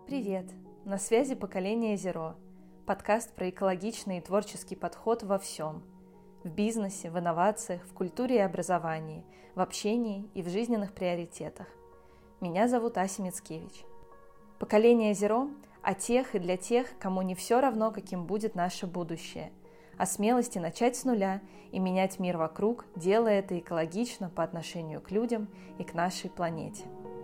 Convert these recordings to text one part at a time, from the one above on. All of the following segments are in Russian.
Привет! На связи «Поколение Zero» – подкаст про экологичный и творческий подход во всем – в бизнесе, в инновациях, в культуре и образовании, в общении и в жизненных приоритетах. Меня зовут Ася Мицкевич. «Поколение Zero» – о тех и для тех, кому не все равно, каким будет наше будущее, о смелости начать с нуля и менять мир вокруг, делая это экологично по отношению к людям и к нашей планете.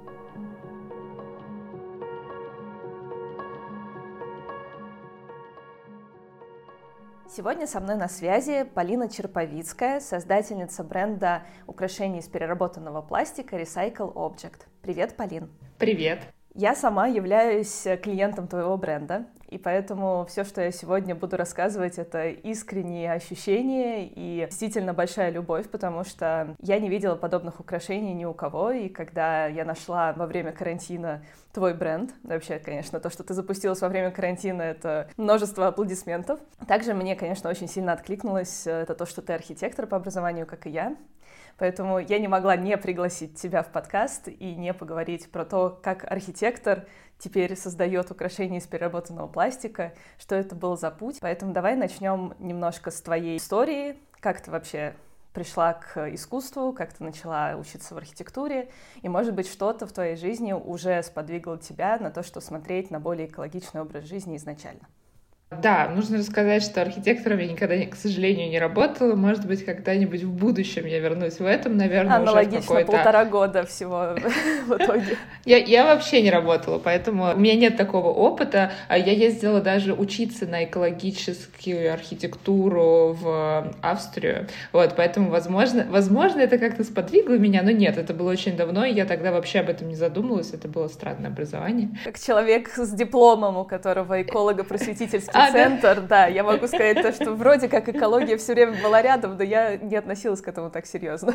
Сегодня со мной на связи Полина Черповицкая, создательница бренда украшений из переработанного пластика Recycle Object. Привет, Полин. Привет. Я сама являюсь клиентом твоего бренда, и поэтому все, что я сегодня буду рассказывать, это искренние ощущения и действительно большая любовь, потому что я не видела подобных украшений ни у кого, и когда я нашла во время карантина твой бренд, вообще, конечно, то, что ты запустилась во время карантина, это множество аплодисментов. Также мне, конечно, очень сильно откликнулось это то, что ты архитектор по образованию, как и я. Поэтому я не могла не пригласить тебя в подкаст и не поговорить про то, как архитектор теперь создает украшения из переработанного пластика, что это был за путь. Поэтому давай начнем немножко с твоей истории, как ты вообще пришла к искусству, как ты начала учиться в архитектуре, и, может быть, что-то в твоей жизни уже сподвигло тебя на то, что смотреть на более экологичный образ жизни изначально. Да, нужно рассказать, что архитектором я никогда, к сожалению, не работала. Может быть, когда-нибудь в будущем я вернусь в этом, наверное, аналогично, уже в какой-то... 1,5 года всего в итоге. Я вообще не работала, поэтому у меня нет такого опыта. Я ездила даже учиться на экологическую архитектуру в Австрию. Вот, поэтому, возможно, это как-то сподвигло меня, но нет, это было очень давно, и я тогда вообще об этом не задумывалась. Это было странное образование. Как человек с дипломом, у которого эколого-просветительский центр, да, я могу сказать то, что вроде как экология все время была рядом, но я не относилась к этому так серьезно.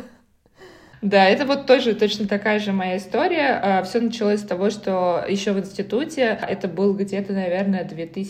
Да, это вот тоже точно такая же моя история. Все началось с того, что еще в институте, это был где-то, наверное,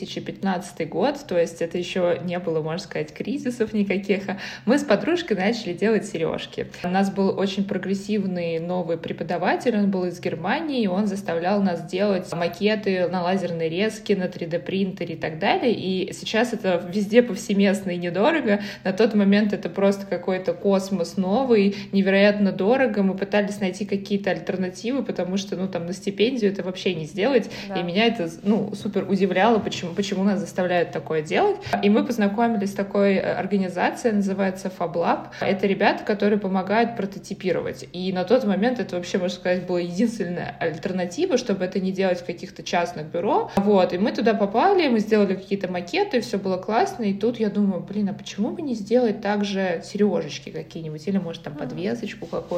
2015 год, то есть это еще не было, можно сказать, кризисов никаких. Мы с подружкой начали делать сережки. У нас был очень прогрессивный новый преподаватель, он был из Германии, и он заставлял нас делать макеты на лазерной резке, на 3D-принтере и так далее. И сейчас это везде повсеместно и недорого. На тот момент это просто какой-то космос новый, невероятно дорого, мы пытались найти какие-то альтернативы, потому что, там на стипендию это вообще не сделать, да. И меня это, супер удивляло, почему нас заставляют такое делать. И мы познакомились с такой организацией, называется FabLab. Это ребята, которые помогают прототипировать. И на тот момент это вообще, можно сказать, была единственная альтернатива, чтобы это не делать в каких-то частных бюро. Вот, и мы туда попали, мы сделали какие-то макеты, все было классно, и тут я думаю, а почему бы не сделать также сережечки какие-нибудь, или, может, там подвесочку какую-то.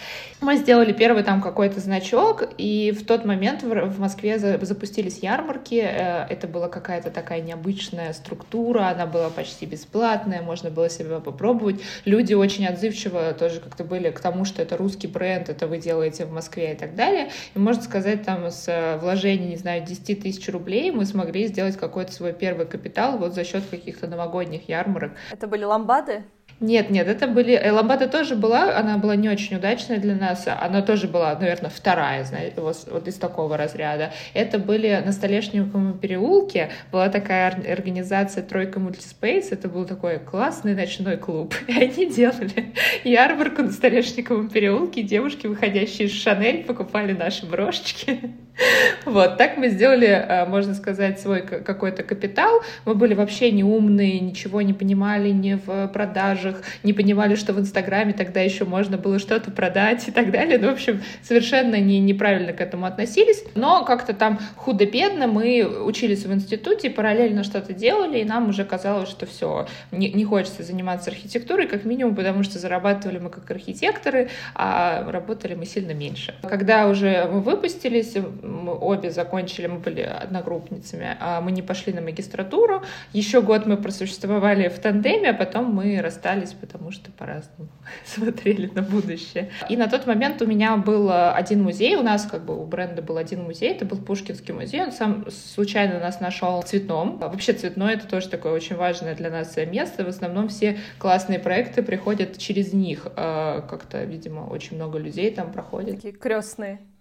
Мы сделали первый там какой-то значок, и в тот момент в Москве запустились ярмарки. Это была какая-то такая необычная структура, она была почти бесплатная, можно было себя попробовать. Люди очень отзывчиво тоже как-то были к тому, что это русский бренд, это вы делаете в Москве и так далее. И можно сказать, там с вложения, не знаю, 10 тысяч рублей мы смогли сделать какой-то свой первый капитал вот за счет каких-то новогодних ярмарок. Это были ламбады? Нет, это были... Ламбада тоже была, она была не очень удачная для нас, она тоже была, наверное, вторая, знаете, вот из такого разряда. Это были на Столешниковом переулке, была такая организация «Тройка Мультиспейс», это был такой классный ночной клуб, и они делали ярмарку на Столешниковом переулке, девушки, выходящие из Шанель, покупали наши брошечки. Вот, так мы сделали, можно сказать, свой какой-то капитал. Мы были вообще не умные, ничего не понимали ни в продажах, не понимали, что в Инстаграме тогда еще можно было что-то продать и так далее. Ну, в общем, совершенно неправильно к этому относились. Но как-то там худо-бедно мы учились в институте, параллельно что-то делали, и нам уже казалось, что все, не хочется заниматься архитектурой, как минимум, потому что зарабатывали мы как архитекторы, а работали мы сильно меньше. Когда уже мы выпустились, мы обе закончили, мы были одногруппницами, а мы не пошли на магистратуру. Еще год мы просуществовали в тандеме, а потом мы расстались, потому что по-разному смотрели на будущее. И на тот момент у меня был один музей, у нас у бренда был один музей, это был Пушкинский музей, он сам случайно нас нашел в Цветном. Вообще Цветной — это тоже такое очень важное для нас место, в основном все классные проекты приходят через них, как-то, видимо, очень много людей там проходит. Такие крестные.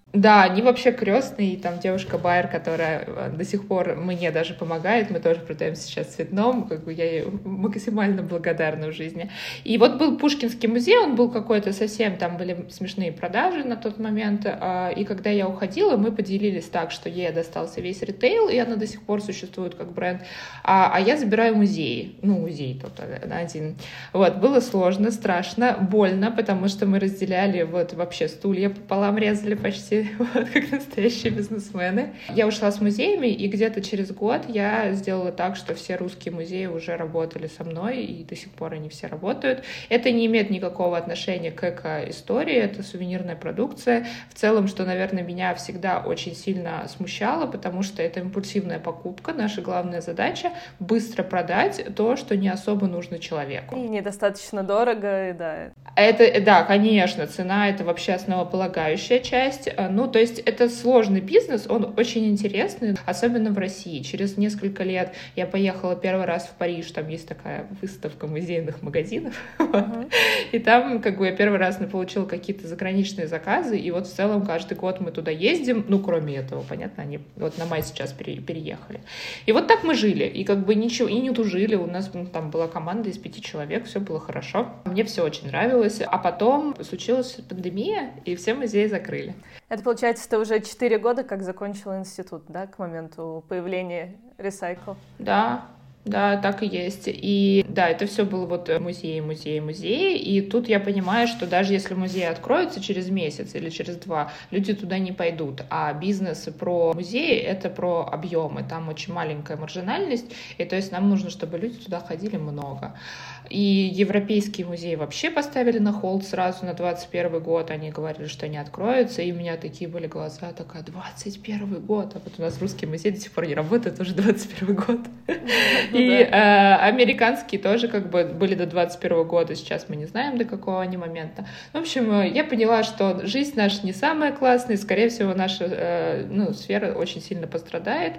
Да, они вообще крестные, и там девушка Байер, которая до сих пор мне даже помогает, мы тоже продаем сейчас в Цветном, как бы я ей максимально благодарна в жизни. И вот был Пушкинский музей, он был какой-то совсем, там были смешные продажи на тот момент, и когда я уходила, мы поделились так, что ей достался весь ритейл, и она до сих пор существует как бренд, а я забираю музеи, музей тот один. Вот, было сложно, страшно, больно, потому что мы разделяли, вот вообще стулья пополам резали почти, вот, как настоящие бизнесмены. Я ушла с музеями, и где-то через год я сделала так, что все русские музеи уже работали со мной, и до сих пор они все работают. Это не имеет никакого отношения к эко-истории, это сувенирная продукция. В целом, что, наверное, меня всегда очень сильно смущало, потому что это импульсивная покупка. Наша главная задача — быстро продать то, что не особо нужно человеку. И недостаточно дорого, да. Это, да, конечно, цена — это вообще основополагающая часть. То есть это сложный бизнес, он очень интересный, особенно в России. Через несколько лет я поехала первый раз в Париж, там есть такая выставка музейных магазинов, и там как бы я первый раз получила какие-то заграничные заказы, и вот в целом каждый год мы туда ездим, кроме этого, понятно, они вот на май сейчас переехали. И вот так мы жили, и как бы ничего, и не тужили, у нас там была команда из 5 человек, все было хорошо, мне все очень нравилось, а потом случилась пандемия, и все музеи закрыли. Это, получается, ты уже 4 года как закончила институт, да, к моменту появления Recycle? Да, так и есть. И да, это все было вот музей. И тут я понимаю, что даже если музей откроется через месяц или через 2, люди туда не пойдут. А бизнес про музеи — это про объемы. Там очень маленькая маржинальность. И то есть нам нужно, чтобы люди туда ходили много. И европейские музеи вообще поставили на холд сразу на 21 год. Они говорили, что они откроются. И у меня такие были глаза, такая, 21 год. А вот у нас русский музей до сих пор не работает, уже 21 год. И американские тоже как бы были до 21 года, сейчас мы не знаем, до какого они момента. В общем, я поняла, что жизнь наша не самая классная, и, скорее всего, наша сфера очень сильно пострадает.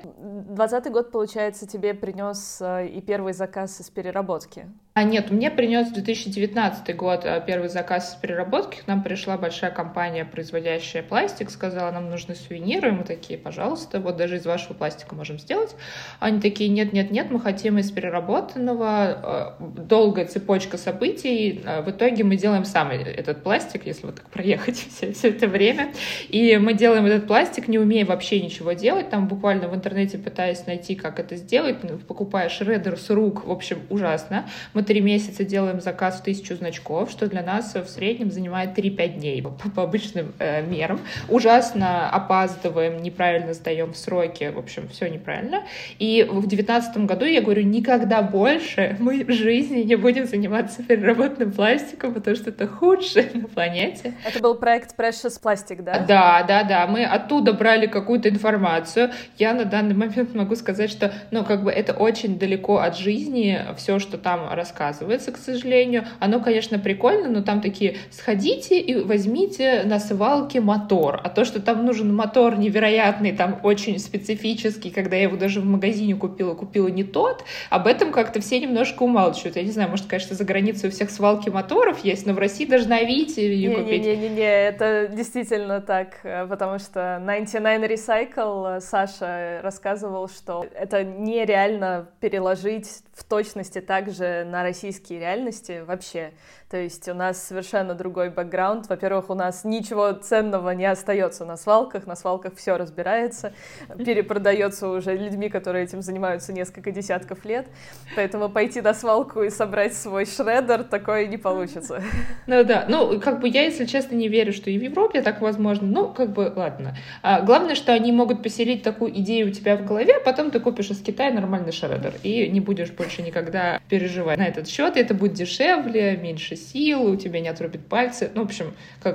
20 год, получается, тебе принес и первый заказ из переработки? Нет, мне принес 2019 год первый заказ из переработки. К нам пришла большая компания, производящая пластик, сказала, нам нужны сувениры. Мы такие, пожалуйста, вот даже из вашего пластика можем сделать. Они такие, нет, мы хотим из переработанного. Долгая цепочка событий. В итоге мы делаем сам этот пластик, если вот так проехать все это время. И мы делаем этот пластик, не умея вообще ничего делать. Там буквально в интернете пытаясь найти, как это сделать, покупая шреддер с рук. В общем, ужасно. Мы 3 месяца делаем заказ в 1000 значков, что для нас в среднем занимает 3-5 дней по обычным мерам. Ужасно опаздываем, неправильно сдаем в сроки, в общем, все неправильно. И в 2019 году я говорю, никогда больше мы в жизни не будем заниматься переработанным пластиком, потому что это худшее на планете. Это был проект Precious Plastic, да? Да. Мы оттуда брали какую-то информацию. Я на данный момент могу сказать, что, это очень далеко от жизни, все, что там рассказывается, к сожалению. Оно, конечно, прикольно, но там такие, сходите и возьмите на свалке мотор. А то, что там нужен мотор невероятный, там очень специфический, когда я его даже в магазине купила не тот, об этом как-то все немножко умалчивают. Я не знаю, может, конечно, за границей у всех свалки моторов есть, но в России даже на Авито ее купить. Не, это действительно так, потому что 99 Recycle Саша рассказывал, что это нереально переложить в точности также на российские реальности вообще. То есть у нас совершенно другой бэкграунд. Во-первых, у нас ничего ценного не остается на свалках все разбирается, перепродается уже людьми, которые этим занимаются несколько десятков лет. Поэтому пойти на свалку и собрать свой шреддер такое не получится. Да. Я, если честно, не верю, что и в Европе так возможно. Ладно. Главное, что они могут поселить такую идею у тебя в голове, а потом ты купишь из Китая нормальный шреддер и не будешь больше никогда переживать на этот счет. Это будет дешевле, меньше сил, у тебя не отрубит пальцы. В общем,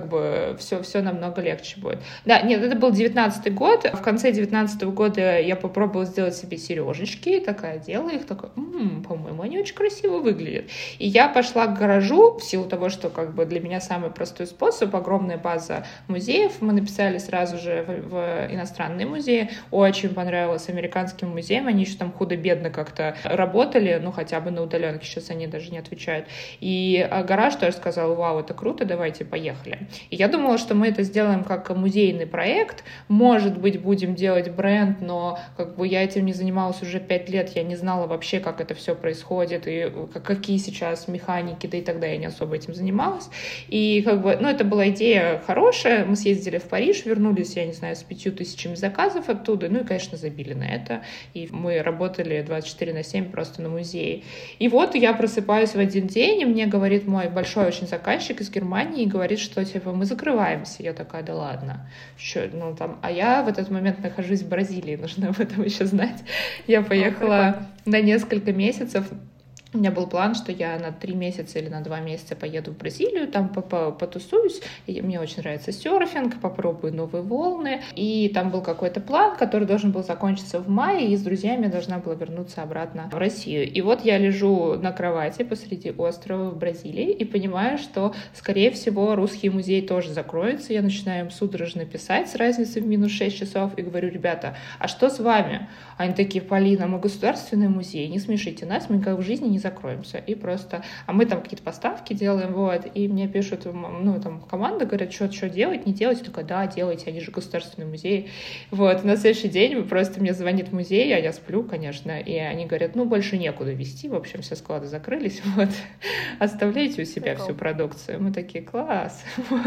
все намного легче будет. Да, нет, это был 19 год. В конце 19 года я попробовала сделать себе сережечки. Такая делала их, по-моему, они очень красиво выглядят. И я пошла к гаражу, в силу того, что для меня самый простой способ, огромная база музеев. Мы написали сразу же в иностранные музеи. Очень понравилась с американским музеем, они еще там худо-бедно как-то работали, ну, хотя бы на удаленке, сейчас они даже не отвечают. И гараж тоже сказал: вау, это круто, давайте поехали. И я думала, что мы это сделаем как музейный проект, может быть, будем делать бренд, но как бы я этим не занималась уже 5 лет, я не знала вообще, как это все происходит, и какие сейчас механики, да и тогда я не особо этим занималась. И как бы, ну, это была идея хорошая, мы съездили в Париж, вернулись, я не знаю, с 5000 заказов оттуда, ну и, конечно, забили на это, и мы работали 24/7 просто на музее. И вот я просыпаюсь в один день, и мне говорит мой большой очень заказчик из Германии, и говорит, что, типа, мы закрываемся. Я такая: да ладно. Что, ну, там, а я в этот момент нахожусь в Бразилии, нужно об этом еще знать. Я поехала на несколько месяцев. У меня был план, что я на 3 месяца или на 2 месяца поеду в Бразилию, там потусуюсь. И мне очень нравится серфинг, попробую новые волны. И там был какой-то план, который должен был закончиться в мае, и с друзьями я должна была вернуться обратно в Россию. И вот я лежу на кровати посреди острова в Бразилии и понимаю, что, скорее всего, русский музей тоже закроется. Я начинаю им судорожно писать с разницей в минус 6 часов и говорю: ребята, а что с вами? Они такие: Полина, мы государственный музей, не смешите нас, мы никогда в жизни не закроемся. И просто... А мы там какие-то поставки делаем, вот, и мне пишут, ну, там, команда, говорят, что делать, не делать? Я такая: да, делайте, они же государственный музей. Вот, на следующий день просто мне звонит музей, а я сплю, конечно, и они говорят: ну, больше некуда везти, в общем, все склады закрылись, вот, оставляйте у себя всю продукцию. Мы такие: класс.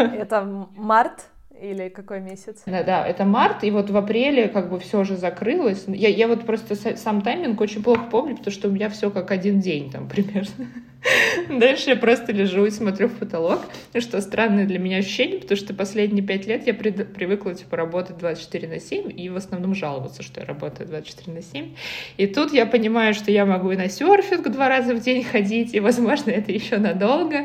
Это март? Или какой месяц? Да, это март, и вот в апреле как бы все же закрылось. Я вот просто сам тайминг очень плохо помню, потому что у меня все как один день там примерно. Дальше я просто лежу и смотрю в потолок, что странное для меня ощущение, потому что последние 5 лет я привыкла, типа, работать 24/7 и в основном жаловаться, что я работаю 24/7. И тут я понимаю, что я могу и на серфинг 2 раза в день ходить, и, возможно, это еще надолго.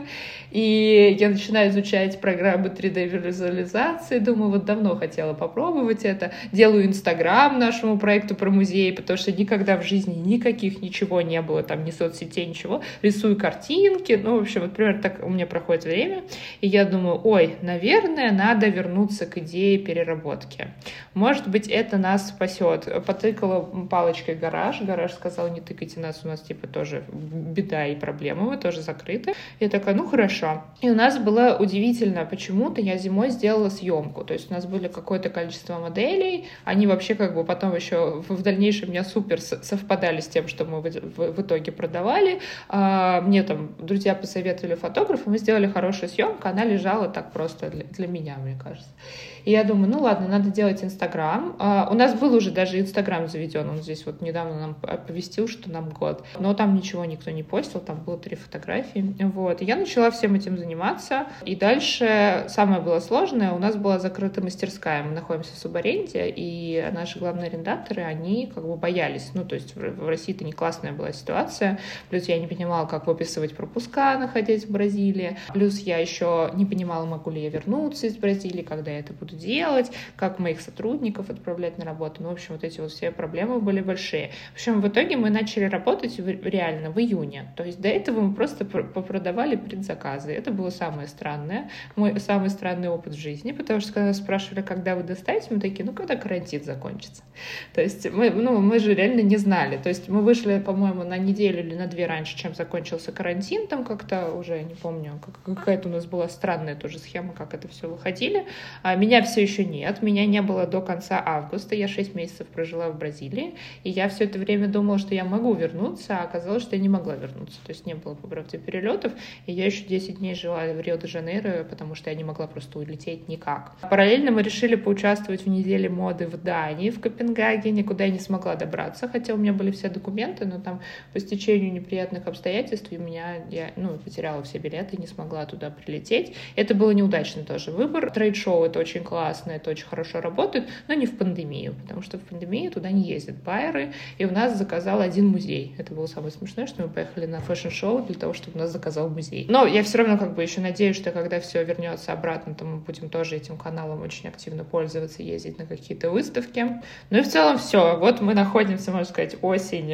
И я начинаю изучать программы 3D-визуализации, думаю, вот давно хотела попробовать это. Делаю Инстаграм нашему проекту про музей, потому что никогда в жизни никаких ничего не было, там, ни соцсетей, ничего. Рисую картинки, ну, в общем, вот примерно так у меня проходит время, и я думаю: ой, наверное, надо вернуться к идее переработки. Может быть, это нас спасет. Потыкала палочкой гараж сказал: не тыкайте нас, у нас, типа, тоже беда и проблемы, мы тоже закрыты. Я такая: ну, хорошо. И у нас было удивительно, почему-то я зимой сделала съемку, то есть у нас были какое-то количество моделей, они вообще как бы потом еще в дальнейшем меня супер совпадали с тем, что мы в итоге продавали. Мне там друзья посоветовали фотографа, мы сделали хорошую съемку, она лежала так просто для меня, мне кажется. И я думаю: ну ладно, надо делать Инстаграм. У нас был уже даже Инстаграм заведен, он здесь вот недавно нам оповестил, что нам год. Но там ничего никто не постил, там было 3 фотографии. Вот. И я начала всем этим заниматься. И дальше самое было сложное, у нас была закрыта мастерская, мы находимся в субаренде, и наши главные арендаторы, они как бы боялись. Ну, то есть в России-то не классная была ситуация. Плюс я не понимала, как выписывать пропуска, находясь в Бразилии. Плюс я еще не понимала, могу ли я вернуться из Бразилии, когда я это буду делать, как моих сотрудников отправлять на работу. Ну, в общем, вот эти вот все проблемы были большие. В общем, в итоге мы начали работать реально в июне. То есть до этого мы просто продавали предзаказы. Это было самое странное, мой самый странный опыт в жизни, потому что когда спрашивали, когда вы достанете, мы такие: ну, когда карантин закончится. То есть мы же реально не знали. То есть мы вышли, по-моему, на неделю или на 2 раньше, чем закончился карантин, там как-то уже, не помню, какая-то у нас была странная тоже схема, как это все выходили. А меня все еще нет, меня не было до конца августа, я 6 месяцев прожила в Бразилии, и я все это время думала, что я могу вернуться, а оказалось, что я не могла вернуться, то есть не было, по правде, перелетов, и я еще 10 дней жила в Рио-де-Жанейро, потому что я не могла просто улететь никак. Параллельно мы решили поучаствовать в неделе моды в Дании, в Копенгагене, куда я не смогла добраться, хотя у меня были все документы, но там по стечению неприятных обстоятельств я потеряла все билеты, не смогла туда прилететь. Это было неудачный тоже выбор. Трейд-шоу — это очень классно, это очень хорошо работает, но не в пандемию, потому что в пандемию туда не ездят байеры, и у нас заказал один музей. Это было самое смешное, что мы поехали на фэшн-шоу для того, чтобы нас заказал музей. Но я все равно как бы еще надеюсь, что когда все вернется обратно, то мы будем тоже этим каналом очень активно пользоваться, ездить на какие-то выставки. Ну и в целом все. Вот мы находимся, можно сказать, осень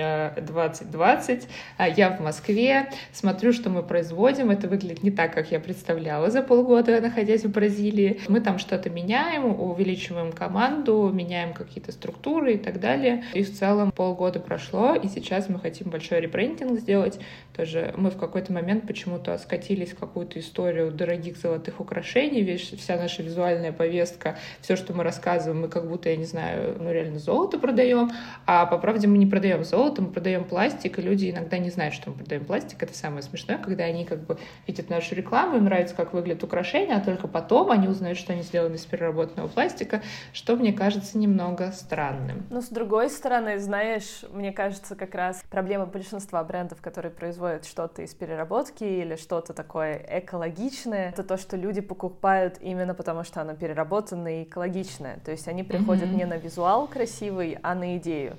2020. Я в Москве, смотрю, что мы производим. Это выглядит не так, как я представляла за полгода, находясь в Бразилии. Мы там что-то меняем, меняем, увеличиваем команду, меняем какие-то структуры и так далее. И в целом полгода прошло, и сейчас мы хотим большой ребрендинг сделать. Тоже мы в какой-то момент почему-то скатились в какую-то историю дорогих золотых украшений, вся наша визуальная повестка, все, что мы рассказываем, мы как будто, я не знаю, реально золото продаем, а по правде мы не продаем золото, мы продаем пластик, и люди иногда не знают, что мы продаем пластик. Это самое смешное, когда они как бы видят нашу рекламу, им нравится, как выглядят украшения, а только потом они узнают, что они сделаны из переработанного пластика, что мне кажется немного странным. Но с другой стороны, знаешь, мне кажется, как раз проблема большинства брендов, которые производят что-то из переработки или что-то такое экологичное, это то, что люди покупают именно потому, что оно переработанное и экологичное. То есть они приходят не на визуал красивый, а на идею.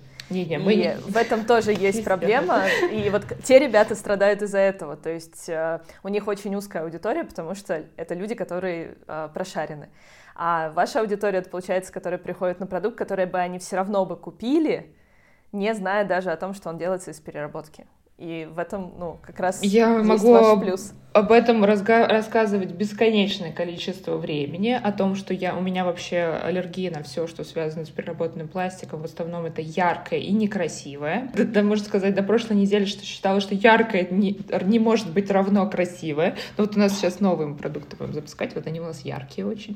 В этом тоже есть проблема, и вот те ребята страдают из-за этого, то есть у них очень узкая аудитория, потому что это люди, которые прошарены. А ваша аудитория, это получается, которая приходит на продукт, который бы они все равно бы купили, не зная даже о том, что он делается из переработки. И в этом, как раз есть ваш плюс. Об этом рассказывать бесконечное количество времени, о том, что у меня вообще аллергия на все, что связано с переработанным пластиком. В основном это яркое и некрасивое. Да, можно сказать, до прошлой недели, что считала, что яркое не может быть равно красивое. Но вот у нас сейчас новые продукты будем запускать, вот они у нас яркие очень.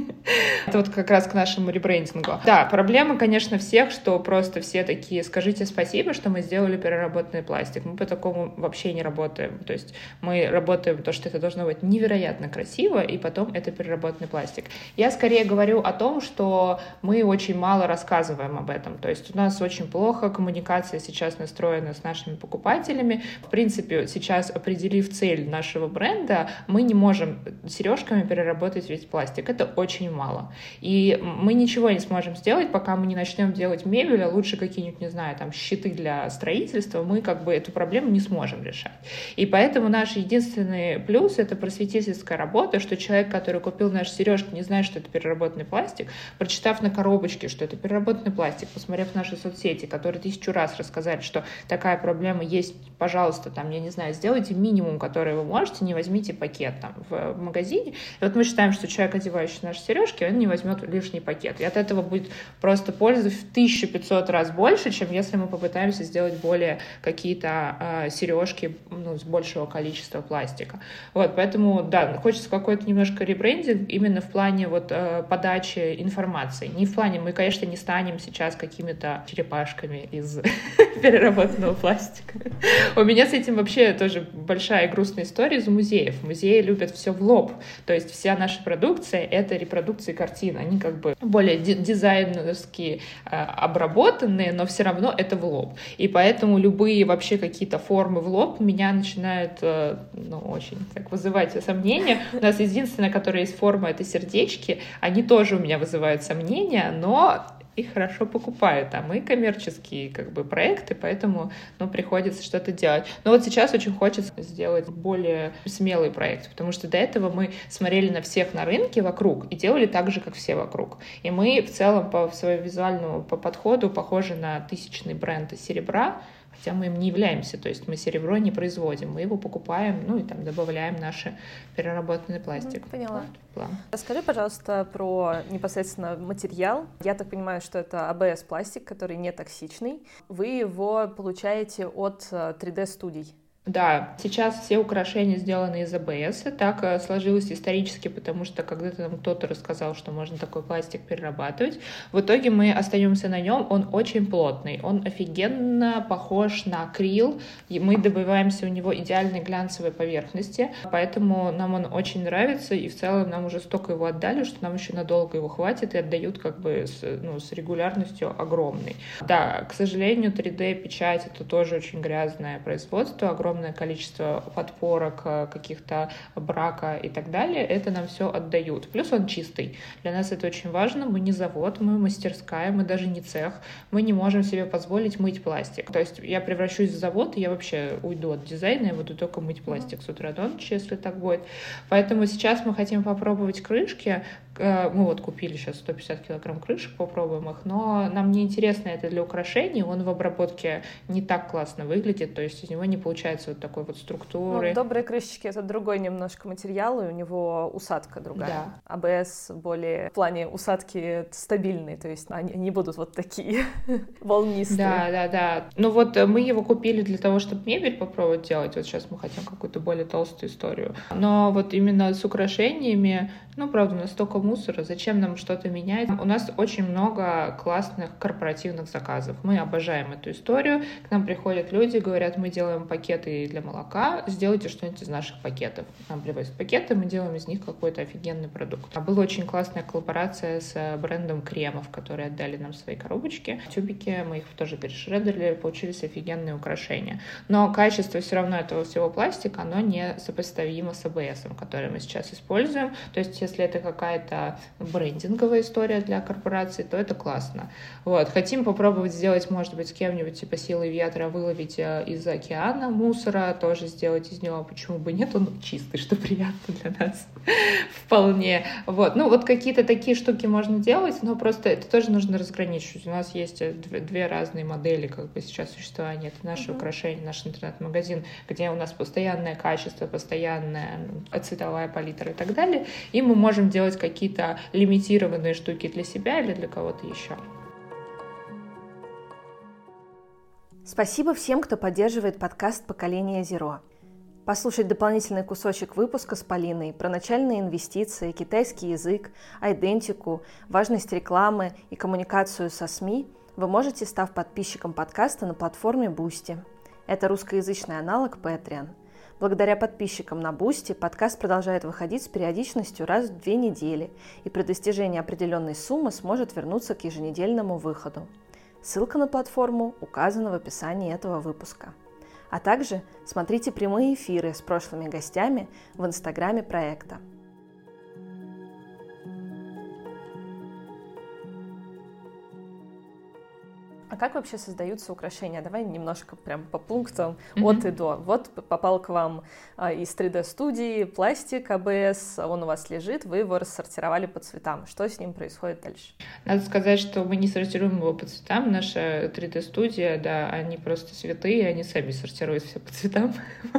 Это вот как раз к нашему ребрендингу. Да, проблема, конечно, всех, что просто все такие: скажите спасибо, что мы сделали переработанный пластик. Мы по такому вообще не работаем. То есть мы работаем то, что это должно быть невероятно красиво, и потом это переработанный пластик. Я скорее говорю о том, что мы очень мало рассказываем об этом. То есть у нас очень плохо коммуникация сейчас настроена с нашими покупателями. В принципе, сейчас, определив цель нашего бренда, мы не можем сережками переработать весь пластик. Это очень мало. И мы ничего не сможем сделать, пока мы не начнем делать мебель, а лучше какие-нибудь, не знаю, там, щиты для строительства, мы как бы эту проблему не сможем решать. И поэтому наш единственный плюс — это просветительская работа, что человек, который купил наши сережки, не знает, что это переработанный пластик, прочитав на коробочке, что это переработанный пластик, посмотрев наши соцсети, которые 1000 раз рассказали, что такая проблема есть, пожалуйста, там, я не знаю, сделайте минимум, который вы можете, не возьмите пакет там в магазине. И вот мы считаем, что человек, одевающий наши сережки, он не возьмет лишний пакет. И от этого будет просто пользы в 1500 раз больше, чем если мы попытаемся сделать более какие-то сережки с большего количества пластика. Вот, поэтому, да, хочется какой-то немножко ребрендинг именно в плане подачи информации. Не в плане, мы, конечно, не станем сейчас какими-то черепашками из переработанного пластика. У меня с этим вообще тоже большая и грустная история из музеев. Музеи любят все в лоб. То есть вся наша продукция — это репродукции картин. Они как бы более дизайнерские, обработанные, но все равно это в лоб. И поэтому любые вообще какие-то формы в лоб меня начинают очень вызывать сомнения. У нас единственное, которое есть форма, это сердечки. Они тоже у меня вызывают сомнения, но их хорошо покупают, а мы коммерческие проекты, поэтому приходится что-то делать. Но вот сейчас очень хочется сделать более смелый проект, потому что до этого мы смотрели на всех на рынке вокруг и делали так же, как все вокруг. И мы в целом по своему визуальному подходу похожи на тысячный бренд из серебра, хотя мы им не являемся, то есть мы серебро не производим, мы его покупаем, и там добавляем наш переработанный пластик. Поняла. Вот, расскажи, пожалуйста, про непосредственно материал. Я так понимаю, что это АБС-пластик, который не токсичный. Вы его получаете от 3D-студий. Да, сейчас все украшения сделаны из АБС. Так сложилось исторически, потому что когда-то нам кто-то рассказал, что можно такой пластик перерабатывать. В итоге мы остаемся на нем. Он очень плотный, он офигенно похож на акрил. И мы добиваемся у него идеальной глянцевой поверхности, поэтому нам он очень нравится. И в целом нам уже столько его отдали, что нам еще надолго его хватит, и отдают с регулярностью огромной. Да, к сожалению, 3D-печать — это тоже очень грязное производство, огромное количество подпорок, каких-то брака и так далее, это нам все отдают. Плюс он чистый. Для нас это очень важно. Мы не завод, мы мастерская, мы даже не цех. Мы не можем себе позволить мыть пластик. То есть я превращусь в завод, и я вообще уйду от дизайна, я буду только мыть пластик с утра до ночи, если так будет. Поэтому сейчас мы хотим попробовать крышки. Мы вот купили сейчас 150 килограмм крышек, попробуем их, но нам не интересно это для украшений, он в обработке не так классно выглядит, то есть из него не получается вот такой вот структуры. Ну, добрые крышечки — это другой немножко материал, и у него усадка другая. Да. АБС более в плане усадки стабильный, то есть они не будут вот такие волнистые. Да. Ну вот мы его купили для того, чтобы мебель попробовать делать, вот сейчас мы хотим какую-то более толстую историю. Но вот именно с украшениями, ну, правда, у нас столько мусора, зачем нам что-то менять? У нас очень много классных корпоративных заказов. Мы обожаем эту историю. К нам приходят люди, говорят, мы делаем пакеты для молока, сделайте что-нибудь из наших пакетов. Нам привозят пакеты, мы делаем из них какой-то офигенный продукт. Была очень классная коллаборация с брендом кремов, которые отдали нам свои коробочки, тюбики, мы их тоже перешредерили, получились офигенные украшения. Но качество все равно этого всего пластика, оно не сопоставимо с АБС, который мы сейчас используем. То есть если это какая-то брендинговая история для корпорации, то это классно. Вот. Хотим попробовать сделать, может быть, с кем-нибудь типа силой ветра выловить из океана мусора, тоже сделать из него, почему бы нет, он чистый, что приятно для нас вполне. Вот. Ну вот какие-то такие штуки можно делать, но просто это тоже нужно разграничивать. У нас есть две разные модели как бы сейчас существования. Это наши украшения, наш интернет-магазин, где у нас постоянное качество, постоянная цветовая палитра и так далее. И мы можем делать какие-то лимитированные штуки для себя или для кого-то еще. Спасибо всем, кто поддерживает подкаст «Поколение Zero». Послушать дополнительный кусочек выпуска с Полиной про начальные инвестиции, китайский язык, айдентику, важность рекламы и коммуникацию со СМИ вы можете, став подписчиком подкаста на платформе Boosty. Это русскоязычный аналог Patreon. Благодаря подписчикам на Boosty подкаст продолжает выходить с периодичностью раз в 2 недели и при достижении определенной суммы сможет вернуться к еженедельному выходу. Ссылка на платформу указана в описании этого выпуска. А также смотрите прямые эфиры с прошлыми гостями в инстаграме проекта. А как вообще создаются украшения? Давай немножко прям по пунктам от и до. Вот попал к вам из 3D-студии пластик АБС, он у вас лежит, вы его рассортировали по цветам. Что с ним происходит дальше? Надо сказать, что мы не сортируем его по цветам. Наша 3D-студия, да, они просто святые, они сами сортируют все по цветам,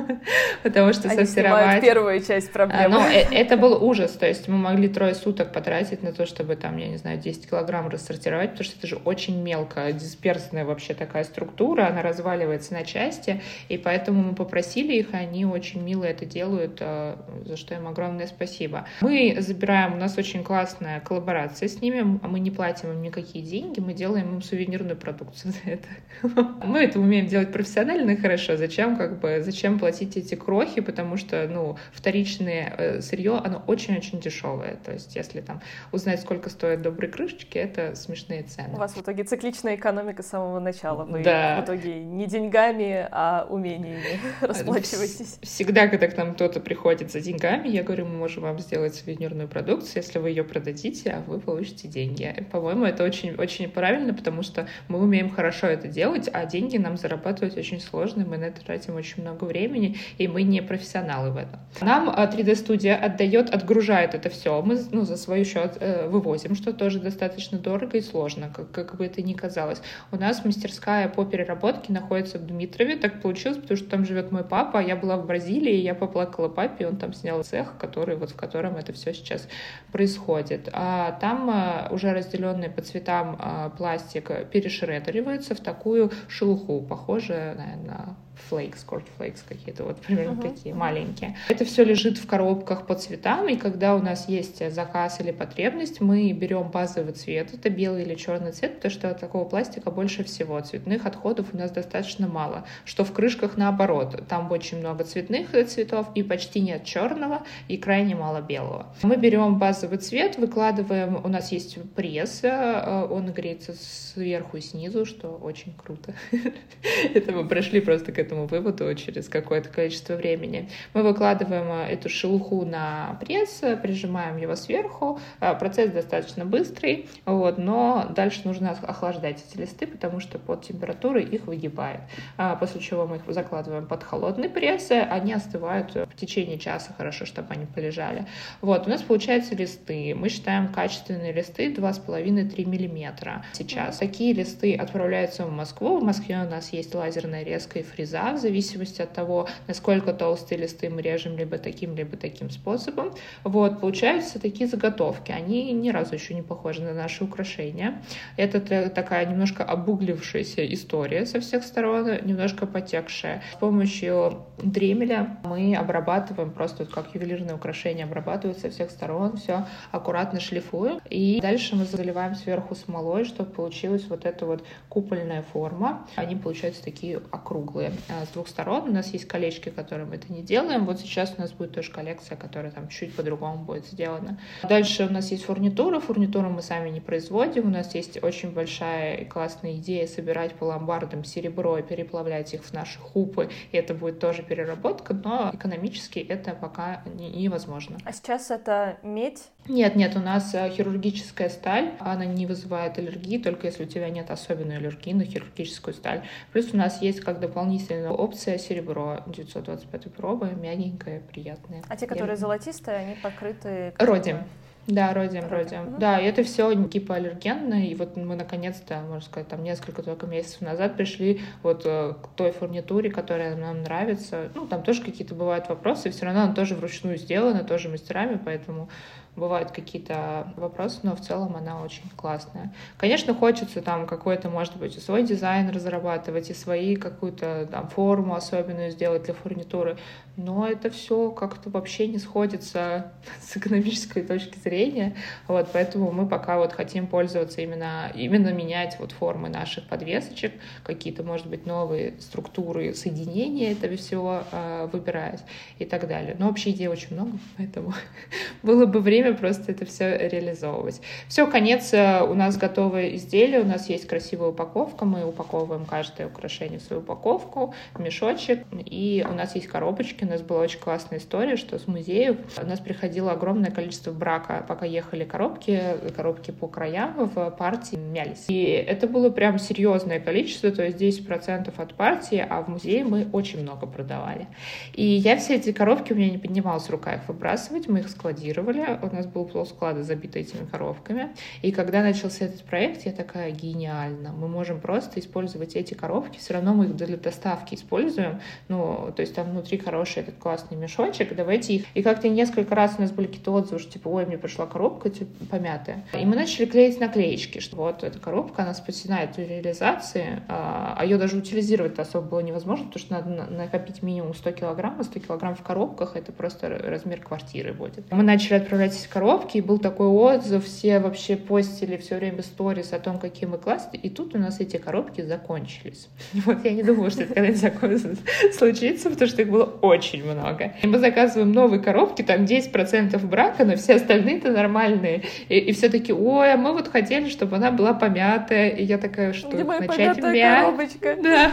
потому что они сортировать... первую часть проблемы. Это был ужас, то есть мы могли 3 суток потратить на то, чтобы там, я не знаю, 10 килограмм рассортировать, потому что это же очень мелко, дисперсная вообще такая структура, она разваливается на части, и поэтому мы попросили их, и они очень мило это делают, за что им огромное спасибо. Мы забираем, у нас очень классная коллаборация с ними, мы не платим им никакие деньги, мы делаем им сувенирную продукцию за это. Мы это умеем делать профессионально и хорошо. Зачем платить эти крохи, потому что, вторичное сырье, оно очень-очень дешевое. То есть, если там узнать, сколько стоят добрые крышечки, это смешные цены. У вас в итоге цикличная экономика с самого начала. Вы да. в итоге не деньгами, а умениями расплачиваетесь. Всегда, когда к нам кто-то приходит за деньгами, я говорю, мы можем вам сделать сувенирную продукцию, если вы ее продадите, а вы получите деньги. По-моему, это очень правильно, потому что мы умеем хорошо это делать, а деньги нам зарабатывать очень сложно, мы на это тратим очень много времени, и мы не профессионалы в этом. Нам 3D-студия отгружает это все, мы за свой счет вывозим, что тоже достаточно дорого и сложно, как бы это ни казалось. У нас мастерская по переработке находится в Дмитрове, так получилось, потому что там живет мой папа, я была в Бразилии, я поплакала папе, он там снял цех, в котором это все сейчас происходит. А там уже разделенный по цветам пластик перешредеривается в такую шелуху, похожую, наверное, на cornflakes какие-то, вот примерно такие маленькие. Это все лежит в коробках по цветам, и когда у нас есть заказ или потребность, мы берем базовый цвет, это белый или черный цвет, потому что такого пластика больше всего. Цветных отходов у нас достаточно мало, что в крышках наоборот. Там очень много цветных цветов и почти нет черного, и крайне мало белого. Мы берем базовый цвет, выкладываем, у нас есть пресс, он греется сверху и снизу, что очень круто. Это мы прошли просто к этому выводу через какое-то количество времени. Мы выкладываем эту шелуху на пресс, прижимаем его сверху. Процесс достаточно быстрый, вот, но дальше нужно охлаждать эти листы, потому что под температурой их выгибает. После чего мы их закладываем под холодный пресс, они остывают в течение часа, хорошо, чтобы они полежали. Вот, у нас получаются листы. Мы считаем качественные листы 2,5-3 миллиметра сейчас. Такие листы отправляются в Москву. В Москве у нас есть лазерная резка и фреза, в зависимости от того, насколько толстые листы мы режем либо таким способом. Вот, получаются такие заготовки. Они ни разу еще не похожи на наши украшения. Это такая немножко обуглившаяся история со всех сторон, немножко потекшая. С помощью дремеля мы обрабатываем, просто как ювелирное украшение обрабатывают со всех сторон, все аккуратно шлифуем. И дальше мы заливаем сверху смолой, чтобы получилась вот эта вот купольная форма. Они получаются такие округлые. С двух сторон у нас есть колечки, которым мы это не делаем. Вот сейчас у нас будет тоже коллекция, которая там чуть по-другому будет сделана. Дальше у нас есть фурнитура. Фурнитуру мы сами не производим. У нас есть очень большая и классная идея собирать по ломбардам серебро и переплавлять их в наши хупы. И это будет тоже переработка, но экономически это пока невозможно. А сейчас это медь? Нет, у нас хирургическая сталь. Она не вызывает аллергии, только если у тебя нет особенной аллергии на хирургическую сталь. Плюс у нас есть как дополнительная опция серебро 925 пробы, мягенькое, приятное. А те, которые золотистые, они покрыты... Родием. Да, родием. Да, и это все гипоаллергенно, и вот мы наконец-то, можно сказать, там несколько только месяцев назад пришли вот к той фурнитуре, которая нам нравится. Ну, там тоже какие-то бывают вопросы, все равно она тоже вручную сделана, тоже мастерами, поэтому бывают какие-то вопросы, но в целом она очень классная. Конечно, хочется там какой-то, может быть, и свой дизайн разрабатывать, и свои какую-то там форму особенную сделать для фурнитуры, но это все как-то вообще не сходится с экономической точки зрения, вот, поэтому мы пока вот хотим пользоваться именно менять вот формы наших подвесочек, какие-то, может быть, новые структуры соединения этого всего выбирать и так далее. Но вообще идей очень много, поэтому было бы время просто это все реализовывать. Все, конец, у нас готовое изделие, у нас есть красивая упаковка, мы упаковываем каждое украшение в свою упаковку, в мешочек, и у нас есть коробочки, у нас была очень классная история, что с музеев у нас приходило огромное количество брака, пока ехали коробки по краям в партии мялись. И это было прям серьезное количество, то есть 10% от партии, а в музее мы очень много продавали. И я все эти коробки, у меня не поднималась рука их выбрасывать, мы их складировали, у нас был полсклада забит этими коробками. И когда начался этот проект, я такая, гениально. Мы можем просто использовать эти коробки, все равно мы их для доставки используем. Ну, то есть там внутри хороший этот классный мешочек, давайте их. И как-то несколько раз у нас были какие-то отзывы, что типа, ой, мне пришла коробка типа, помятая. И мы начали клеить наклеечки, что вот эта коробка, она спасена от реализации, а ее даже утилизировать особо было невозможно, потому что надо накопить минимум 100 килограмм, а 100 килограмм в коробках — это просто размер квартиры будет. Мы начали отправлять эти коробки, и был такой отзыв, все вообще постили все время сторис о том, какие мы классные, и тут у нас эти коробки закончились. Вот я не думала, что это когда-нибудь случится, потому что их было очень много. И мы заказываем новые коробки, там 10% брака, но все остальные-то нормальные. И все таки, ой, а мы вот хотели, чтобы она была помятая. И я такая, что начать мять? Коробочка. Да.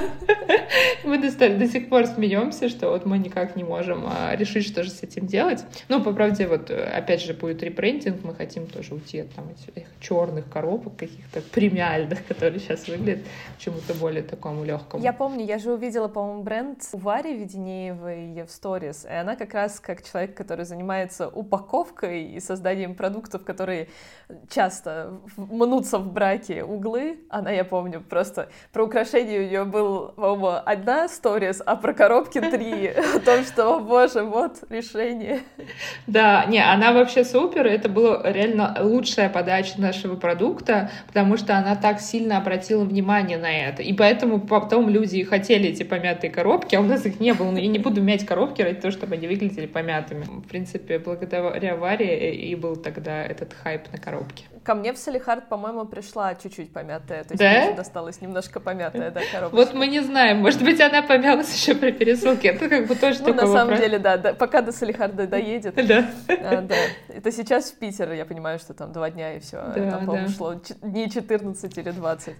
Мы до сих пор смеемся, что вот мы никак не можем решить, что же с этим делать. Ну, по правде, вот опять же будет ребрендинг, мы хотим тоже уйти от там этих черных коробок каких-то премиальных, которые сейчас выглядят к чему-то более такому легкому. Я помню, я же увидела, по-моему, бренд у Вари Веденеевой в сторис, и она как раз как человек, который занимается упаковкой и созданием продуктов, которые часто мнутся в браке углы. Она, я помню, просто про украшения у нее был, по-моему, одна сторис, а про коробки 3, о том, что, о боже, вот решение. Да, не, она вообще супер, это была реально лучшая подача нашего продукта, потому что она так сильно обратила внимание на это, и поэтому потом люди и хотели эти помятые коробки, а у нас их не было, но я не буду мять коробки ради того, чтобы они выглядели помятыми. В принципе, благодаря Варе и был тогда этот хайп на коробке. Ко мне в Салехард, по-моему, пришла чуть-чуть помятая. То есть да? мне еще досталась немножко помятая, да, коробочка. Вот мы не знаем, может быть, она помялась еще при пересылке. Это как бы тоже такой на самом вопрос. деле, да, пока до Салехарда доедет. Да. Да. Это сейчас в Питер, я понимаю, что там 2 дня и все. Там, по-моему, шло дней 14 или 20.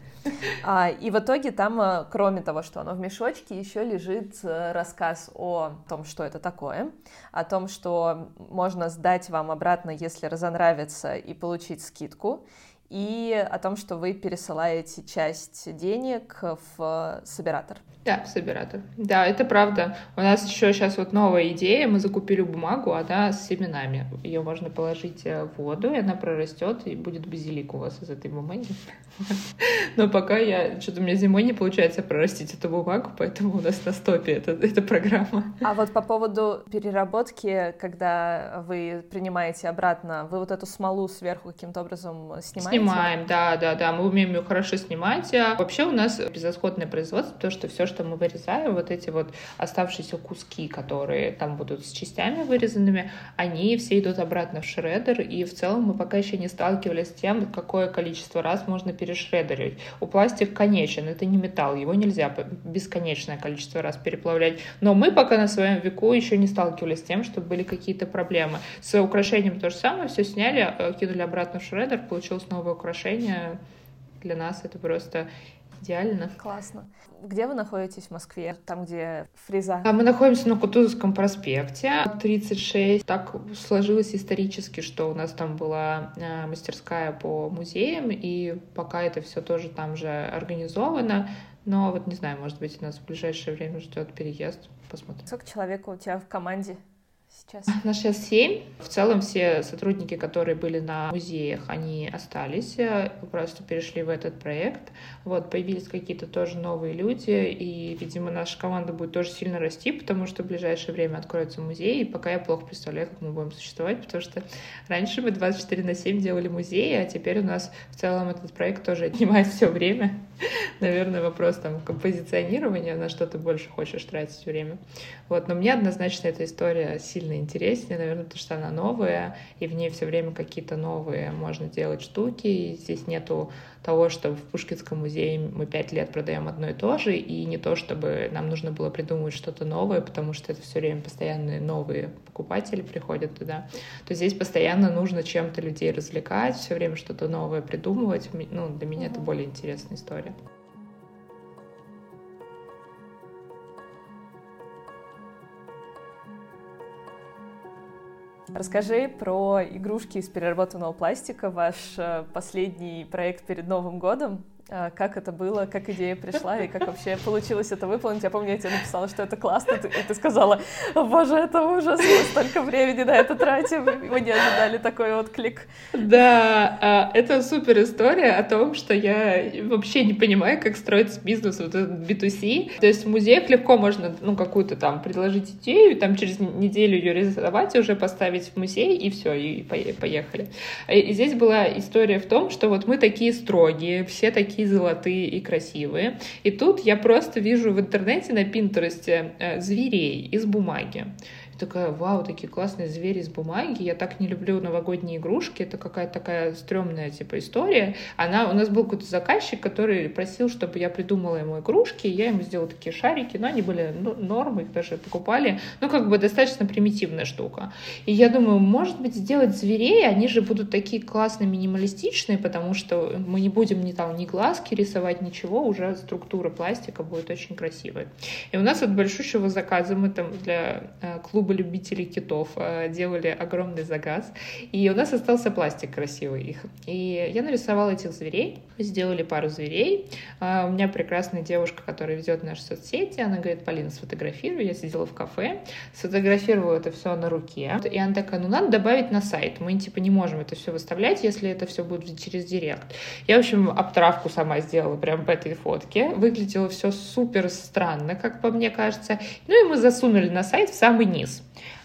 И в итоге там, кроме того, что оно в мешочке, еще лежит рассказ о том, что это такое, о том, что можно сдать вам обратно, если разонравится, и получить скидку, и о том, что вы пересылаете часть денег в Собиратор. Да, в Собиратор. Да, это правда. У нас еще сейчас вот новая идея. Мы закупили бумагу, она с семенами. Ее можно положить в воду, и она прорастет, и будет базилик у вас из этой бумаги. Но пока что-то у меня зимой не получается прорастить эту бумагу, поэтому у нас на стопе эта программа. А вот по поводу переработки, когда вы принимаете обратно, вы вот эту смолу сверху каким-то образом снимаете? Снимаем, да. Мы умеем ее хорошо снимать. Вообще у нас безотходное производство, потому что все, что мы вырезаем, вот эти вот оставшиеся куски, которые там будут с частями вырезанными, они все идут обратно в шредер, и в целом мы пока еще не сталкивались с тем, какое количество раз можно перешредерить. У пластик конечен, это не металл, его нельзя бесконечное количество раз переплавлять. Но мы пока на своем веку еще не сталкивались с тем, что были какие-то проблемы. С украшением то же самое, все сняли, кинули обратно в шредер, получилось новое украшение. Для нас это просто идеально. Классно. Где вы находитесь в Москве? Там, где фреза? Мы находимся на Кутузовском проспекте, 36. Так сложилось исторически, что у нас там была мастерская по музеям, и пока это все тоже там же организовано. Но вот не знаю, может быть, нас в ближайшее время ждет переезд. Посмотрим. Сколько человек у тебя в команде сейчас? Нас сейчас 7. В целом все сотрудники, которые были на музеях, они остались, просто перешли в этот проект. Вот, появились какие-то тоже новые люди, и, видимо, наша команда будет тоже сильно расти, потому что в ближайшее время откроется музей, и пока я плохо представляю, как мы будем существовать, потому что раньше мы 24/7 делали музеи, а теперь у нас в целом этот проект тоже отнимает все время. Наверное, вопрос там композиционирования, на что ты больше хочешь тратить время. Вот, но мне однозначно эта история сильно интереснее, наверное, потому что она новая, и в ней все время какие-то новые можно делать штуки, и здесь нету того, что в Пушкинском музее мы 5 лет продаем одно и то же, и не то, чтобы нам нужно было придумывать что-то новое, потому что это все время постоянные новые покупатели приходят туда, то здесь постоянно нужно чем-то людей развлекать, все время что-то новое придумывать. Ну, для меня это более интересная история. Расскажи про игрушки из переработанного пластика, ваш последний проект перед Новым годом. Как это было, как идея пришла и как вообще получилось это выполнить. Я помню, я тебе написала, что это классно, и ты сказала: боже, это ужас, мы столько времени на это тратим, мы не ожидали такой отклик. Да, это супер история о том, что я вообще не понимаю, как строится бизнес вот этот B2C. То есть в музеях легко можно, какую-то там предложить идею, там через неделю ее реализовать, уже поставить в музей, и все, и поехали. И здесь была история в том, что вот мы такие строгие, все такие золотые и красивые. И тут я просто вижу в интернете на Пинтересте зверей из бумаги. Такая: вау, такие классные звери из бумаги, я так не люблю новогодние игрушки, это какая-то такая стрёмная типа история. У нас был какой-то заказчик, который просил, чтобы я придумала ему игрушки, и я ему сделала такие шарики, но они были норм, их даже покупали, достаточно примитивная штука. И я думаю, может быть, сделать зверей, они же будут такие классные, минималистичные, потому что мы не будем ни глазки рисовать, ничего, уже структура пластика будет очень красивой. И у нас от большущего заказа, мы там для клуба любителей китов делали огромный заказ, и у нас остался пластик красивый их. И я нарисовала этих зверей, сделали пару зверей. У меня прекрасная девушка, которая ведет наши соцсети, она говорит: Полина, сфотографируй. Я сидела в кафе, сфотографировала это все на руке, и она такая: надо добавить на сайт, мы не можем это все выставлять, если это все будет через директ. Я, в общем, обтравку сама сделала прям по этой фотке, выглядело все супер странно, как по мне кажется, и мы засунули на сайт в самый низ.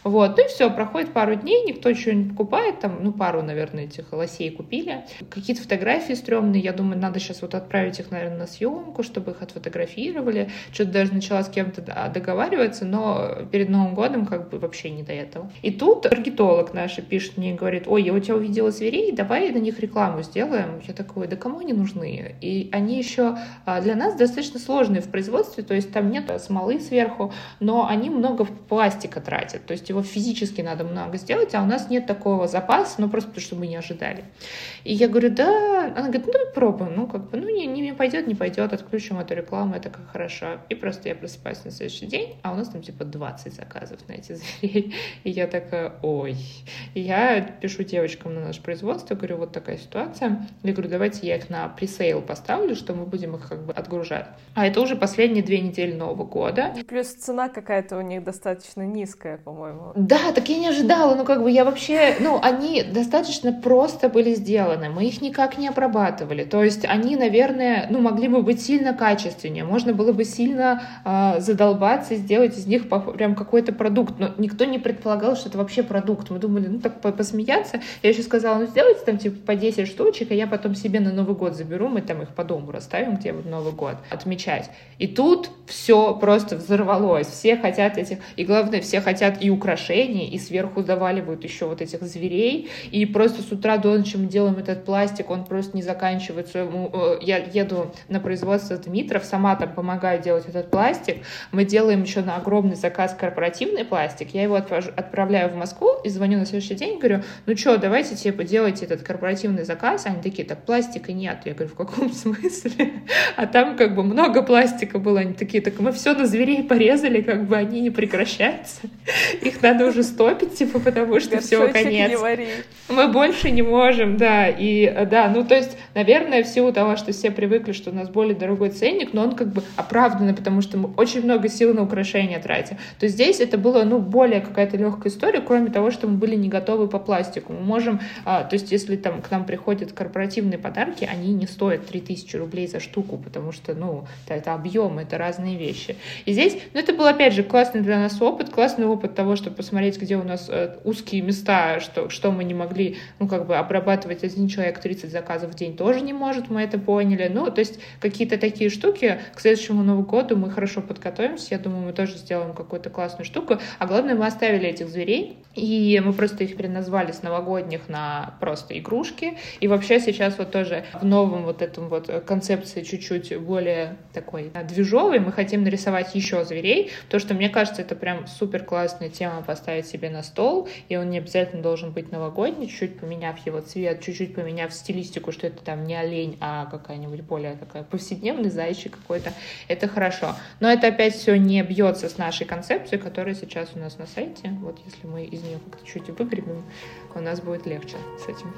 Вот, ну и все, проходит пару дней, никто ничего не покупает, там, ну, пару, наверное, этих лосей купили. Какие-то фотографии стрёмные, я думаю, надо сейчас вот отправить их, наверное, на съемку, чтобы их отфотографировали. Что-то даже начала с кем-то договариваться, но перед Новым годом как бы вообще не до этого. И тут таргетолог наша пишет мне и говорит: ой, я у тебя увидела зверей, давай на них рекламу сделаем. Я такой: да кому они нужны? И они еще для нас достаточно сложные в производстве, то есть там нет смолы сверху, но они много пластика тратят, то есть его физически надо много сделать, а у нас нет такого запаса, ну просто потому что мы не ожидали. И я говорю: да. Она говорит: ну давай попробуем, ну как бы, ну не пойдет, не пойдет, отключим эту рекламу, это как хорошо. И просто я просыпаюсь на следующий день, а у нас там типа 20 заказов на эти зверей. И я такая: ой. И я пишу девочкам на наше производство, говорю: вот такая ситуация. Я говорю: давайте я их на пресейл поставлю, что мы будем их как бы отгружать. А это уже последние 2 недели Нового года. Плюс цена какая-то у них достаточно низкая, по-моему. Да, так я не ожидала, ну как бы я вообще, ну они достаточно просто были сделаны, мы их никак не обрабатывали, то есть они, наверное, ну могли бы быть сильно качественнее, можно было бы сильно задолбаться и сделать из них прям какой-то продукт, но никто не предполагал, что это вообще продукт. Мы думали, ну так посмеяться. Я еще сказала: ну сделайте там типа по 10 штучек, а я потом себе на Новый год заберу, мы там их по дому расставим, где вот Новый год отмечать. И тут все просто взорвалось, все хотят этих, и главное, все хотят и украшений, и сверху заваливают еще вот этих зверей, и просто с утра до ночи мы делаем этот пластик, он просто не заканчивается. Я еду на производство Дмитров, сама там помогаю делать этот пластик, мы делаем еще на огромный заказ корпоративный пластик, я его отправляю в Москву и звоню на следующий день, говорю: ну что, давайте типа делайте этот корпоративный заказ. Они такие: так пластика нет. Я говорю: в каком смысле? А там как бы много пластика было. Они такие: так мы все на зверей порезали, как бы они не прекращаются. Их надо уже стопить, типа, потому что все, конец. Мы больше не можем, да. И да, ну то есть, наверное, в силу того, что все привыкли, что у нас более дорогой ценник, но он как бы оправданный, потому что мы очень много сил на украшения тратим. То здесь это было, ну, более какая-то легкая история, кроме того, что мы были не готовы по пластику. Мы можем, то есть если там к нам приходят корпоративные подарки, они не стоят 3000 рублей за штуку, потому что, ну, это объем, это разные вещи. И здесь, ну, это был, опять же, классный для нас опыт, классный опыт того, чтобы посмотреть, где у нас узкие места, что мы не могли, ну, как бы обрабатывать. Один человек 30 заказов в день тоже не может, мы это поняли. Ну, то есть какие-то такие штуки. К следующему Новому году мы хорошо подготовимся, я думаю, мы тоже сделаем какую-то классную штуку. А главное, мы оставили этих зверей, и мы просто их переназвали с новогодних на просто игрушки. И вообще сейчас вот тоже в новом вот этом вот концепции чуть-чуть более такой движовой мы хотим нарисовать еще зверей, потому что, мне кажется, это прям супер классная тема поставить себе на стол, и он не обязательно должен быть новогодний, чуть-чуть поменяв его цвет, чуть-чуть поменяв стилистику, что это там не олень, а какая-нибудь более такая повседневный зайчик какой-то. Это хорошо. Но это опять все не бьется с нашей концепцией, которая сейчас у нас на сайте. Вот если мы из нее как-то чуть выгребем, у нас будет легче с этим.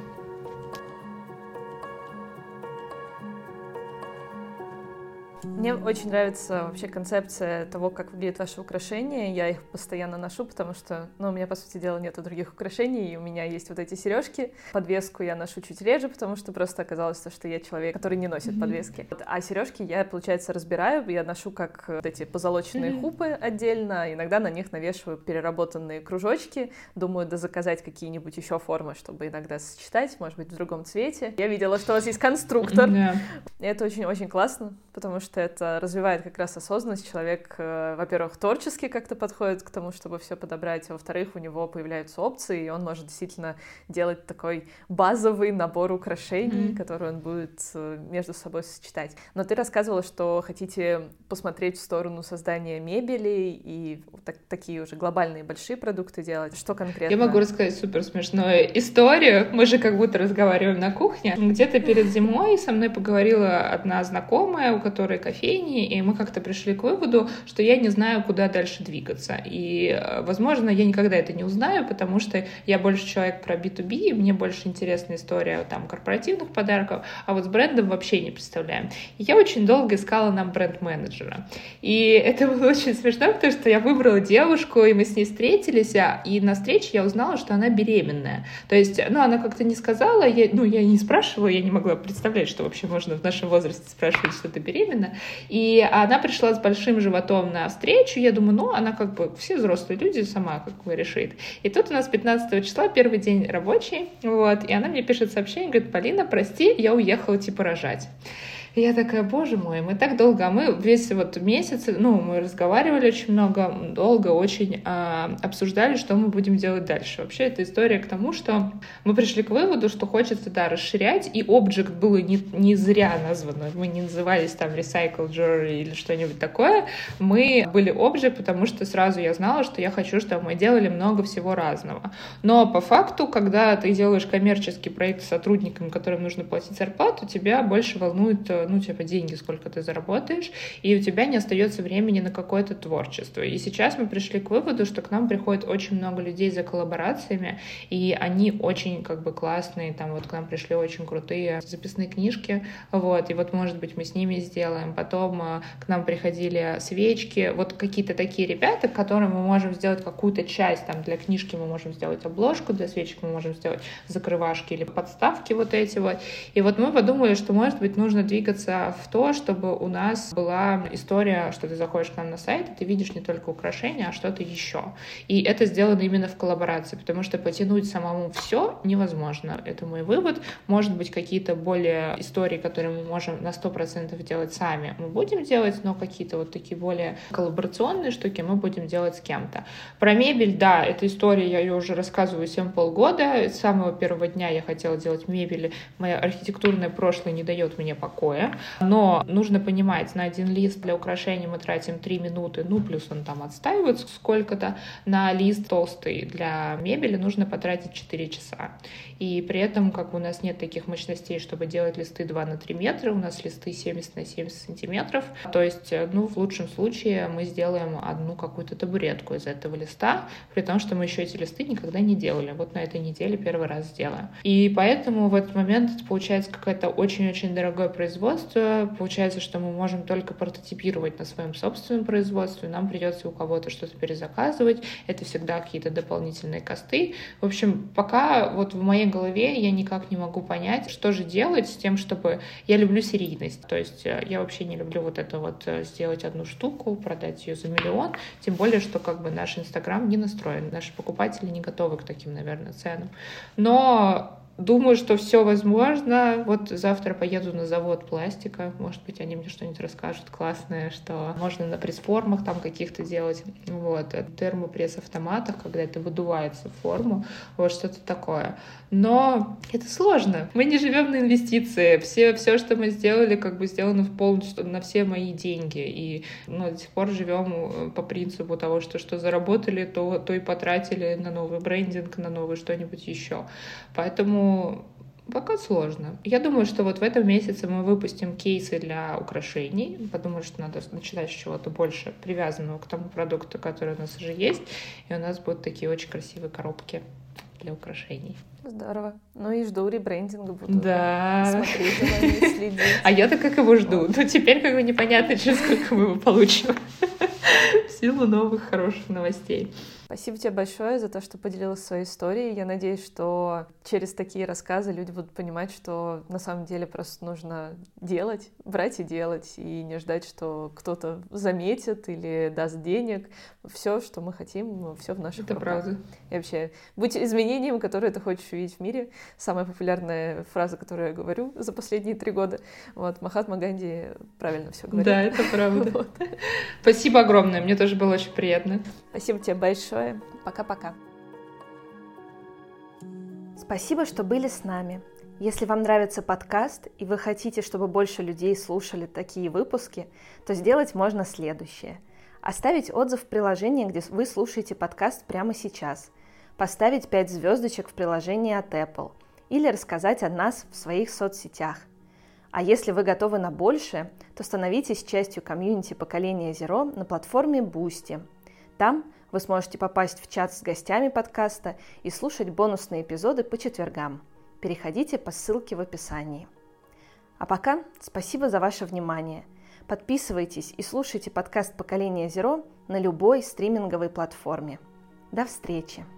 Мне очень нравится вообще концепция того, как выглядят ваши украшения. Я их постоянно ношу, потому что, ну, у меня, по сути дела, нету других украшений, и у меня есть вот эти сережки. Подвеску я ношу чуть реже, потому что просто оказалось, что я человек, который не носит подвески. А сережки я, получается, разбираю. Я ношу как вот эти позолоченные хупы отдельно. Иногда на них навешиваю переработанные кружочки. Думаю, заказать какие-нибудь еще формы, чтобы иногда сочетать, может быть, в другом цвете. Я видела, что у вас есть конструктор. И это очень-очень классно, потому что это развивает как раз осознанность. Человек, во-первых, творчески как-то подходит к тому, чтобы все подобрать, а во-вторых, у него появляются опции, и он может действительно делать такой базовый набор украшений, который он будет между собой сочетать. Но ты рассказывала, что хотите посмотреть в сторону создания мебели и такие уже глобальные большие продукты делать. Что конкретно? Я могу рассказать супер смешную историю. Мы же как будто разговариваем на кухне. Где-то перед зимой со мной поговорила одна знакомая, у которой кофейни, и мы как-то пришли к выводу, что я не знаю, куда дальше двигаться. И, возможно, я никогда это не узнаю, потому что я больше человек про B2B, и мне больше интересна история там корпоративных подарков, а вот с брендом вообще не представляем. И я очень долго искала нам бренд-менеджера. И это было очень смешно, потому что я выбрала девушку, и мы с ней встретились, и на встрече я узнала, что она беременная. То есть, ну, она как-то не сказала, я не спрашивала, я не могла представлять, что вообще можно в нашем возрасте спрашивать, что ты беременная. беременна, и она пришла с большим животом на встречу, я думаю, ну, она как бы, все взрослые люди, сама как бы решит. И тут у нас 15 числа, первый день рабочий, вот, и она мне пишет сообщение, говорит: Полина, прости, я уехала, типа, рожать. И я такая: боже мой, мы так долго, а мы весь вот месяц, ну, мы разговаривали очень много, долго очень обсуждали, что мы будем делать дальше. Вообще, эта история к тому, что мы пришли к выводу, что хочется, да, расширять, и Object было не зря названо, мы не назывались там Recycle Jewelry или что-нибудь такое, мы были Object, потому что сразу я знала, что я хочу, чтобы мы делали много всего разного. Но по факту, когда ты делаешь коммерческий проект с сотрудниками, которым нужно платить зарплату, тебя больше волнует, ну, типа, деньги, сколько ты заработаешь, и у тебя не остается времени на какое-то творчество. И сейчас мы пришли к выводу, что к нам приходит очень много людей за коллаборациями, и они очень, как бы, классные, там, вот к нам пришли очень крутые записные книжки, вот, и вот, может быть, мы с ними сделаем. Потом к нам приходили свечки, вот какие-то такие ребята, которым мы можем сделать какую-то часть, там, для книжки мы можем сделать обложку, для свечек мы можем сделать закрывашки или подставки вот эти вот. И вот мы подумали, что, может быть, нужно двигаться в то, чтобы у нас была история, что ты заходишь к нам на сайт, и ты видишь не только украшения, а что-то еще. И это сделано именно в коллаборации, потому что потянуть самому все невозможно. Это мой вывод. Может быть, какие-то более истории, которые мы можем на 100% делать сами, мы будем делать, но какие-то вот такие более коллаборационные штуки мы будем делать с кем-то. Про мебель, да, эта история, я ее уже рассказываю всем полгода. С самого первого дня я хотела делать мебель. Мое архитектурное прошлое не дает мне покоя. Но нужно понимать, на один лист для украшений мы тратим 3 минуты, ну, плюс он там отстаивает сколько-то. На лист толстый для мебели нужно потратить 4 часа. И при этом, как бы, у нас нет таких мощностей, чтобы делать листы 2 на 3 метра, у нас листы 70 на 70 сантиметров. То есть, ну, в лучшем случае мы сделаем одну какую-то табуретку из этого листа, при том, что мы еще эти листы никогда не делали. Вот на этой неделе первый раз сделаем. И поэтому в этот момент это получается какое-то очень-очень дорогое производство. Получается, что мы можем только прототипировать на своем собственном производстве, нам придется у кого-то что-то перезаказывать, это всегда какие-то дополнительные косты. В общем, пока вот в моей голове я никак не могу понять, что же делать с тем, чтобы... Я люблю серийность, то есть я вообще не люблю вот это вот сделать одну штуку, продать ее за 1 миллион, тем более, что как бы наш Инстаграм не настроен, наши покупатели не готовы к таким, наверное, ценам. Но думаю, что все возможно. Вот завтра поеду на завод пластика. Может быть, они мне что-нибудь расскажут классное, что можно на пресс-формах там каких-то делать. Вот. Термопресс-автоматах, когда это выдувается в форму. Вот что-то такое. Но это сложно. Мы не живем на инвестиции. Все, что мы сделали, как бы сделано полностью на все мои деньги. И до сих пор живем по принципу того, что заработали, то и потратили на новый брендинг, на новый что-нибудь еще. Поэтому пока сложно. Я думаю, что вот в этом месяце мы выпустим кейсы для украшений. Подумаю, что надо начинать с чего-то больше привязанного к тому продукту, который у нас уже есть. И у нас будут такие очень красивые коробки для украшений. Здорово. Ну и жду ребрендинга. Буду смотреть за вами, следить. А я-то как его жду. Вот. Ну теперь как бы непонятно, через сколько мы его получим. В силу новых хороших новостей. Спасибо тебе большое за то, что поделилась своей историей. Я надеюсь, что через такие рассказы люди будут понимать, что на самом деле просто нужно делать, брать и делать, и не ждать, что кто-то заметит или даст денег. Все, что мы хотим, все в наших руках. Это правда. И вообще, будь изменением, которое ты хочешь увидеть в мире. Самая популярная фраза, которую я говорю за последние 3 года. Вот, Махатма Ганди правильно все говорит. Да, это правда. Вот. Спасибо огромное, мне тоже было очень приятно. Спасибо тебе большое. Пока-пока. Спасибо, что были с нами. Если вам нравится подкаст и вы хотите, чтобы больше людей слушали такие выпуски, то сделать можно следующее. Оставить отзыв в приложении, где вы слушаете подкаст прямо сейчас. Поставить 5 звездочек в приложении от Apple. Или рассказать о нас в своих соцсетях. А если вы готовы на большее, то становитесь частью комьюнити поколения Zero на платформе Boosty. Там вы сможете попасть в чат с гостями подкаста и слушать бонусные эпизоды по четвергам. Переходите по ссылке в описании. А пока спасибо за ваше внимание. Подписывайтесь и слушайте подкаст «Поколение Zero» на любой стриминговой платформе. До встречи!